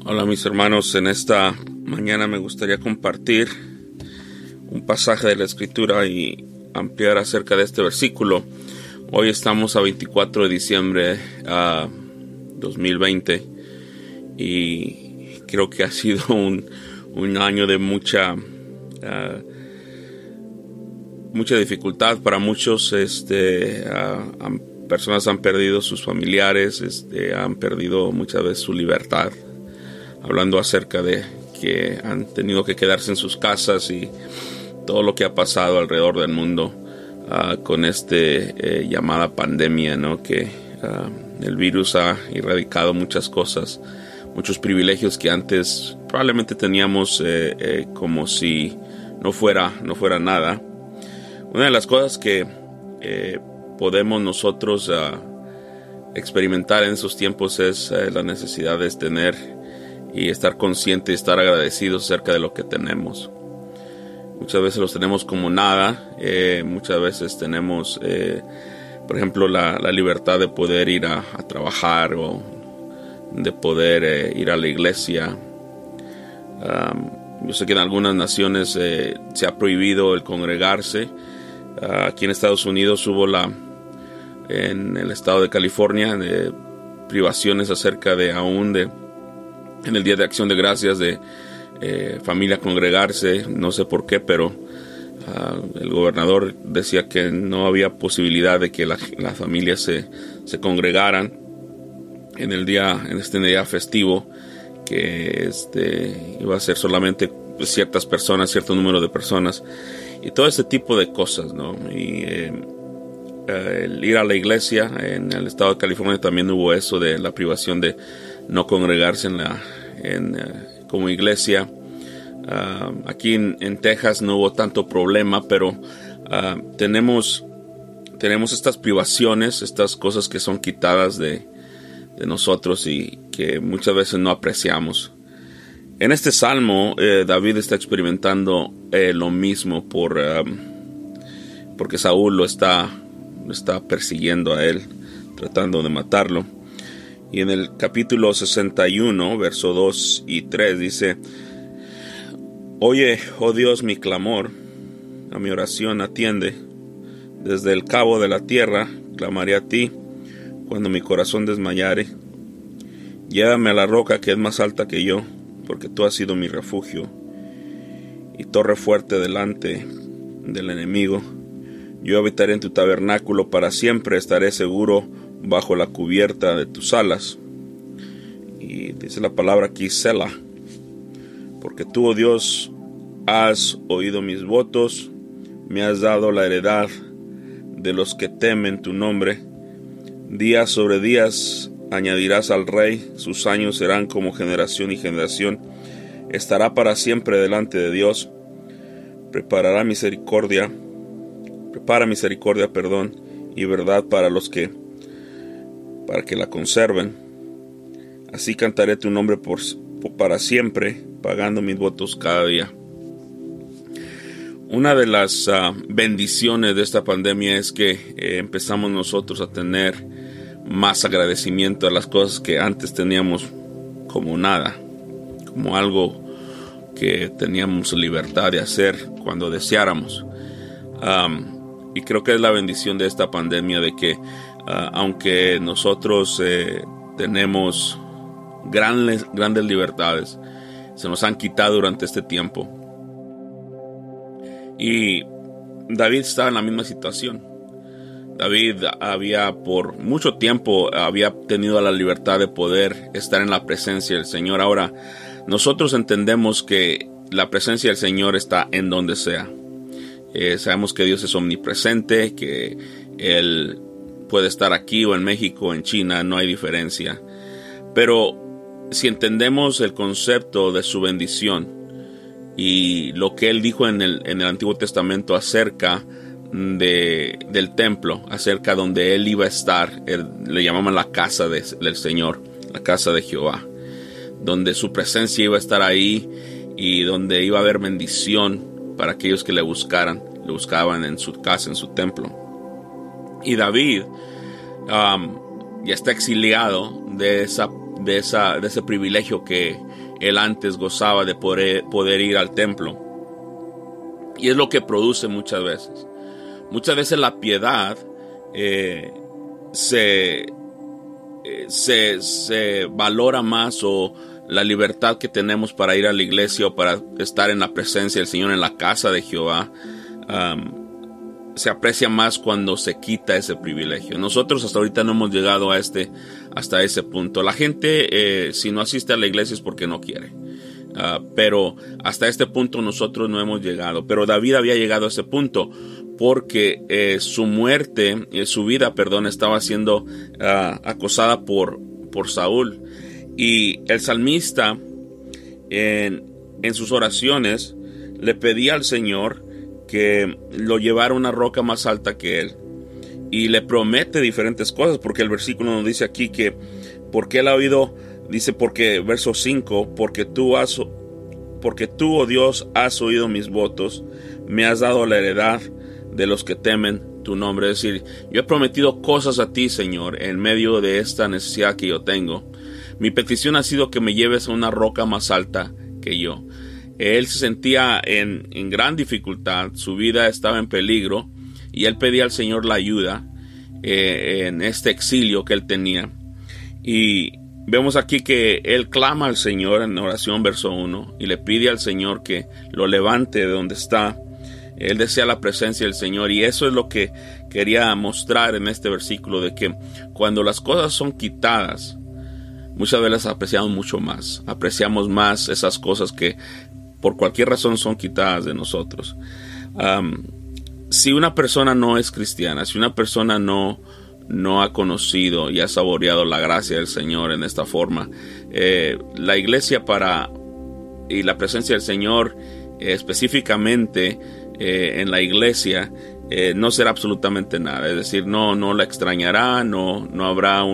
Hola mis hermanos, en esta mañana me gustaría compartir un pasaje de la Escritura y ampliar acerca de este versículo. Hoy estamos a 24 de diciembre a 2020 y creo que ha sido un año de mucha dificultad para muchos. Personas han perdido sus familiares, han perdido muchas veces su libertad, hablando acerca de que han tenido que quedarse en sus casas y todo lo que ha pasado alrededor del mundo con llamada pandemia, ¿no? Que el virus ha erradicado muchas cosas, muchos privilegios que antes probablemente teníamos como si no fuera nada. Una de las cosas que podemos nosotros experimentar en esos tiempos es la necesidad de tener y estar consciente y estar agradecidos acerca de lo que tenemos. Muchas veces los tenemos como nada. Muchas veces tenemos, por ejemplo, la libertad de poder ir a trabajar o de poder ir a la iglesia. Yo sé que en algunas naciones se ha prohibido el congregarse. Aquí en Estados Unidos hubo en el estado de California privaciones acerca en el Día de Acción de Gracias de familia congregarse. No sé por qué, pero el gobernador decía que no había posibilidad de que las familias se congregaran en este día festivo, que iba a ser solamente ciertas personas, cierto número de personas y todo ese tipo de cosas, ¿no? Y el ir a la iglesia en el estado de California también hubo eso de la privación de no congregarse como iglesia. Aquí en Texas no hubo tanto problema, pero tenemos estas privaciones, estas cosas que son quitadas de nosotros y que muchas veces no apreciamos. En este salmo, David está experimentando lo mismo porque Saúl lo está persiguiendo a él, tratando de matarlo. Y en el capítulo 61, verso 2 y 3 dice: Oye, oh Dios, mi clamor, a mi oración atiende. Desde el cabo de la tierra clamaré a ti cuando mi corazón desmayare. Llévame a la roca que es más alta que yo, porque tú has sido mi refugio y torre fuerte delante del enemigo. Yo habitaré en tu tabernáculo para siempre, estaré seguro bajo la cubierta de tus alas. Y dice la palabra aquí, Selah, porque tú, oh Dios, has oído mis votos, me has dado la heredad de los que temen tu nombre. Días sobre días añadirás al rey, sus años serán como generación y generación. Estará para siempre delante de Dios. Prepara misericordia, y verdad para que la conserven. Así cantaré tu nombre para siempre, pagando mis votos cada día. Una de las bendiciones de esta pandemia es que empezamos nosotros a tener más agradecimiento a las cosas que antes teníamos como nada, como algo que teníamos libertad de hacer cuando deseáramos. Y creo que es la bendición de esta pandemia, de que aunque nosotros tenemos grandes libertades, se nos han quitado durante este tiempo. Y David estaba en la misma situación. David por mucho tiempo había tenido la libertad de poder estar en la presencia del Señor. Ahora, nosotros entendemos que la presencia del Señor está en donde sea. Sabemos que Dios es omnipresente, que Él puede estar aquí o en México o en China, no hay diferencia. Pero si entendemos el concepto de su bendición y lo que Él dijo en el Antiguo Testamento acerca del templo, acerca donde Él iba a estar, le llamaban la casa del Señor, la casa de Jehová, donde su presencia iba a estar ahí y donde iba a haber bendición para aquellos que le buscaban en su casa, en su templo. Y David ya está exiliado de de ese privilegio que él antes gozaba de poder ir al templo. Y es lo que produce muchas veces. Muchas veces la piedad se valora más, o la libertad que tenemos para ir a la iglesia o para estar en la presencia del Señor, en la casa de Jehová, se aprecia más cuando se quita ese privilegio. Nosotros hasta ahorita no hemos llegado hasta ese punto. La gente, si no asiste a la iglesia es porque no quiere. Pero hasta este punto nosotros no hemos llegado. Pero David había llegado a ese punto porque su vida, estaba siendo acosada por Saúl. Y el salmista en sus oraciones le pedía al Señor que lo llevara a una roca más alta que él, y le promete diferentes cosas, porque el versículo nos dice aquí que porque él ha oído, dice, porque verso 5, porque tú, oh Dios, has oído mis votos, me has dado la heredad de los que temen tu nombre. Es decir, yo he prometido cosas a ti, Señor, en medio de esta necesidad que yo tengo. Mi petición ha sido que me lleves a una roca más alta que yo. Él se sentía en gran dificultad, su vida estaba en peligro, y él pedía al Señor la ayuda en este exilio que él tenía. Y vemos aquí que él clama al Señor en oración, verso 1, y le pide al Señor que lo levante de donde está. Él desea la presencia del Señor, y eso es lo que quería mostrar en este versículo, de que cuando las cosas son quitadas, muchas veces apreciamos más esas cosas que por cualquier razón son quitadas de nosotros. Si una persona no es cristiana, si una persona no ha conocido y ha saboreado la gracia del Señor en esta forma, la iglesia y la presencia del Señor, específicamente en la iglesia, no será absolutamente nada. Es decir, no la extrañará, no habrá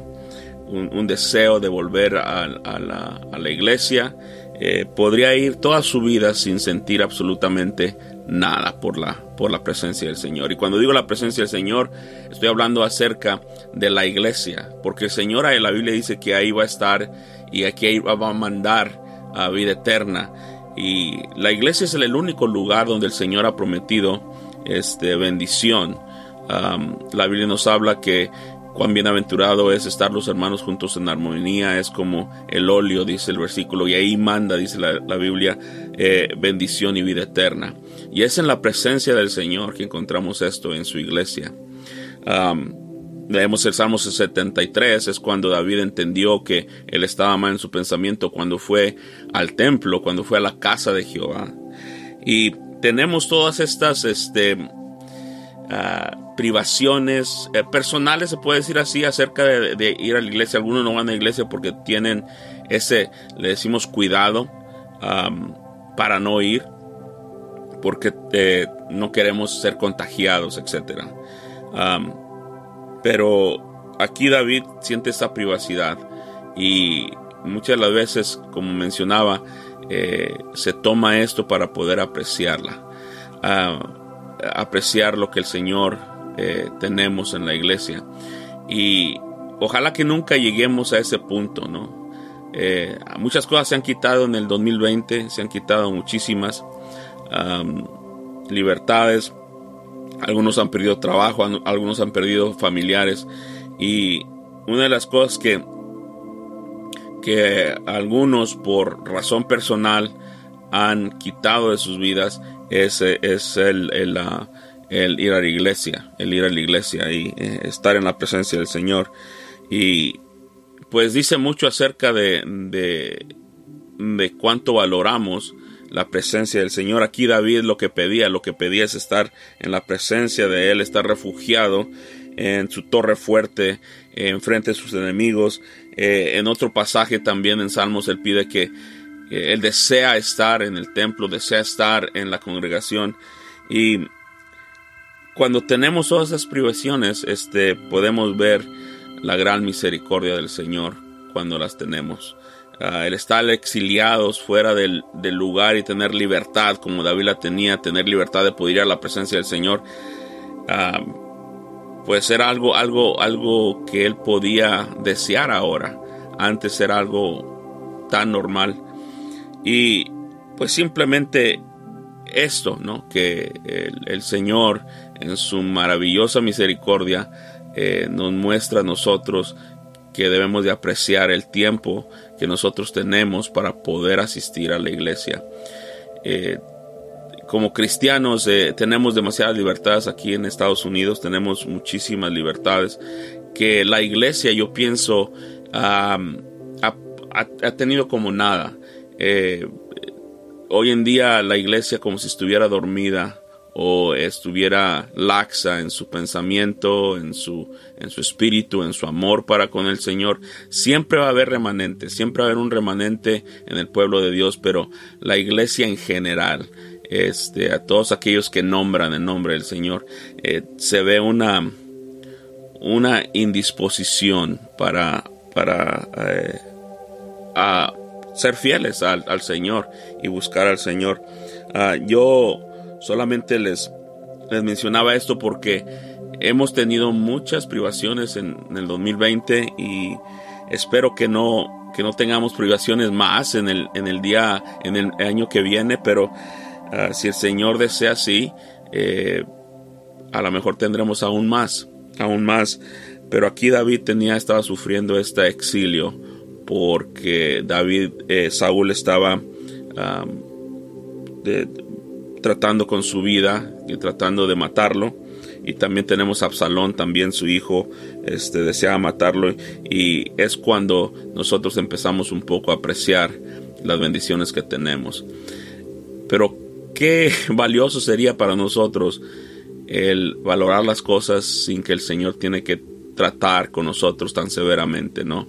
un deseo de volver a la iglesia. Podría ir toda su vida sin sentir absolutamente nada por la presencia del Señor. Y cuando digo la presencia del Señor, estoy hablando acerca de la iglesia, porque el Señor en la Biblia dice que ahí va a estar, y aquí va a mandar a vida eterna. Y la iglesia es el único lugar donde el Señor ha prometido bendición. La Biblia nos habla que cuán bienaventurado es estar los hermanos juntos en armonía, es como el óleo, dice el versículo, y ahí manda, dice la Biblia, bendición y vida eterna. Y es en la presencia del Señor que encontramos esto en su iglesia. Leemos el Salmo 73, es cuando David entendió que él estaba mal en su pensamiento cuando fue al templo, cuando fue a la casa de Jehová. Y tenemos todas estas privaciones personales, se puede decir así, acerca de ir a la iglesia. Algunos no van a la iglesia porque tienen le decimos cuidado, para no ir, porque no queremos ser contagiados, etc. Pero aquí David siente esta privacidad, y muchas de las veces, como mencionaba, se toma esto para poder apreciarla, apreciar lo que el Señor tenemos en la iglesia. Y ojalá que nunca lleguemos a ese punto, ¿no? Muchas cosas se han quitado en el 2020, se han quitado muchísimas libertades. Algunos han perdido trabajo, algunos han perdido familiares, y una de las cosas que algunos por razón personal han quitado de sus vidas es el ir a la iglesia, y estar en la presencia del Señor. Y pues dice mucho acerca de cuánto valoramos la presencia del Señor. Aquí David lo que pedía es estar en la presencia de Él, estar refugiado en su torre fuerte, enfrente de sus enemigos. En otro pasaje también en Salmos él pide que él desea estar en el templo, desea estar en la congregación. Y cuando tenemos todas esas privaciones, podemos ver la gran misericordia del Señor cuando las tenemos. El estar exiliados fuera del lugar y tener libertad como David la tenía, tener libertad de poder ir a la presencia del Señor, pues era algo que él podía desear ahora. antes era algo tan normal. Y pues simplemente esto, ¿no? Que el Señor en su maravillosa misericordia nos muestra a nosotros que debemos de apreciar el tiempo que nosotros tenemos para poder asistir a la iglesia. Como cristianos tenemos demasiadas libertades aquí en Estados Unidos, tenemos muchísimas libertades que la iglesia, yo pienso, ha tenido como nada. Hoy en día la iglesia como si estuviera dormida o estuviera laxa en su pensamiento, en su espíritu, en su amor para con el Señor. Siempre va a haber remanentes, siempre va a haber un remanente en el pueblo de Dios, pero la iglesia en general, a todos aquellos que nombran el nombre del Señor, se ve una indisposición para ser fieles al Señor y buscar al Señor. Yo solamente les mencionaba esto porque hemos tenido muchas privaciones en el 2020 y espero que no tengamos privaciones más en el año que viene, pero si el Señor desea así, a lo mejor tendremos aún más. Pero aquí David estaba sufriendo este exilio porque Saúl estaba tratando con su vida y tratando de matarlo. Y también tenemos a Absalón, también su hijo deseaba matarlo, y es cuando nosotros empezamos un poco a apreciar las bendiciones que tenemos. Pero qué valioso sería para nosotros el valorar las cosas sin que el Señor tiene que tratar con nosotros tan severamente, ¿no?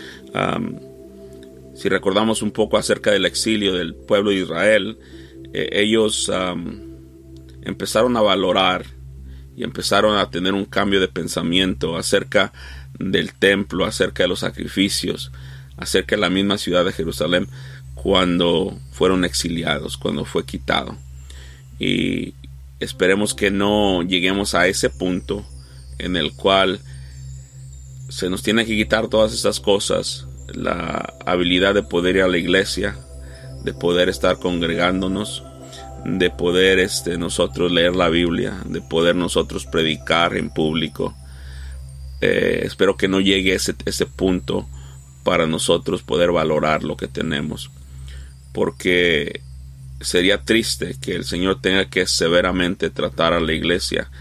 Si recordamos un poco acerca del exilio del pueblo de Israel, ellos empezaron a valorar y empezaron a tener un cambio de pensamiento acerca del templo, acerca de los sacrificios, acerca de la misma ciudad de Jerusalén cuando fueron exiliados, cuando fue quitado. Y esperemos que no lleguemos a ese punto en el cual se nos tiene que quitar todas estas cosas, la habilidad de poder ir a la iglesia, de poder estar congregándonos, de poder nosotros leer la Biblia, de poder nosotros predicar en público. Espero que no llegue ese punto para nosotros poder valorar lo que tenemos, porque sería triste que el Señor tenga que severamente tratar a la iglesia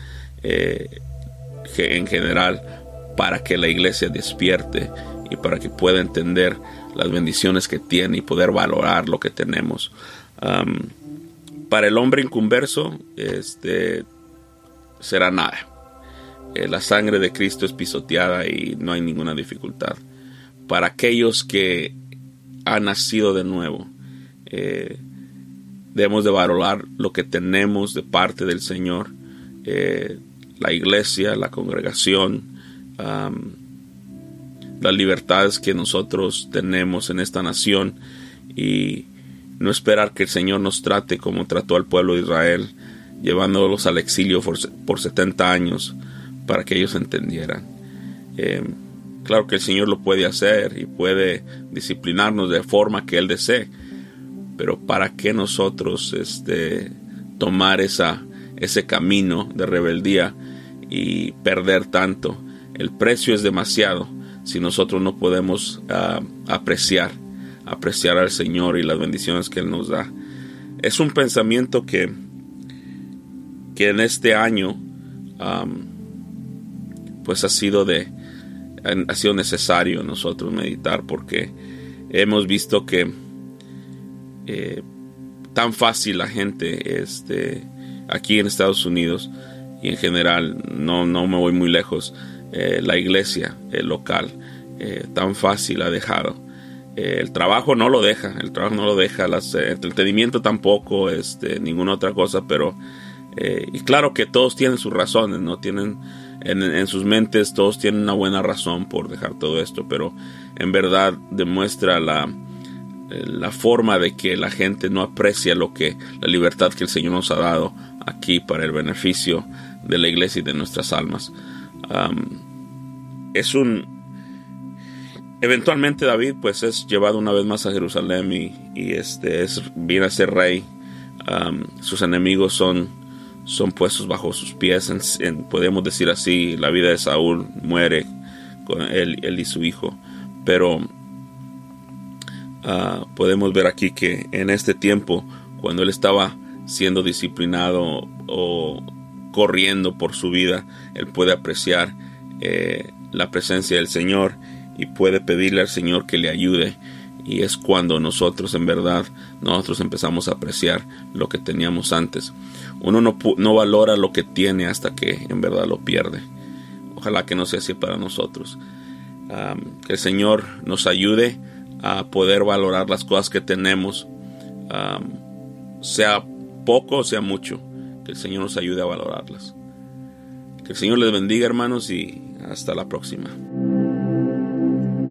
en general para que la iglesia despierte y para que pueda entender las bendiciones que tiene y poder valorar lo que tenemos. Para el hombre inconverso será nada. La sangre de Cristo es pisoteada y no hay ninguna dificultad. Para aquellos que han nacido de nuevo, debemos de valorar lo que tenemos de parte del Señor, la iglesia, la congregación, las libertades que nosotros tenemos en esta nación, y no esperar que el Señor nos trate como trató al pueblo de Israel, llevándolos al exilio por 70 años para que ellos entendieran. Claro que el Señor lo puede hacer y puede disciplinarnos de forma que Él desee, pero ¿para qué nosotros tomar ese camino de rebeldía y perder tanto? El precio es demasiado si nosotros no podemos apreciar al Señor y las bendiciones que Él nos da. Es un pensamiento que en este año pues ha sido necesario nosotros meditar, porque hemos visto que tan fácil la gente aquí en Estados Unidos y en general, no me voy muy lejos, la iglesia local tan fácil ha dejado. El trabajo no lo deja, el entretenimiento tampoco, ninguna otra cosa, pero y claro que todos tienen sus razones, ¿no? Tienen en sus mentes, todos tienen una buena razón por dejar todo esto, pero en verdad demuestra la forma de que la gente no aprecia la libertad que el Señor nos ha dado aquí para el beneficio de la iglesia y de nuestras almas. Eventualmente David pues es llevado una vez más a Jerusalén y viene a ser rey. Sus enemigos son puestos bajo sus pies. Podemos decir así, la vida de Saúl muere con él y su hijo. Pero podemos ver aquí que en este tiempo, cuando él estaba siendo disciplinado o corriendo por su vida, él puede apreciar la presencia del Señor y puede pedirle al Señor que le ayude. Y es cuando nosotros empezamos a apreciar lo que teníamos antes. Uno no valora lo que tiene hasta que en verdad lo pierde. Ojalá que no sea así para nosotros. Que el Señor nos ayude a poder valorar las cosas que tenemos, sea poco o sea mucho. Que el Señor nos ayude a valorarlas. Que el Señor les bendiga, hermanos, y hasta la próxima.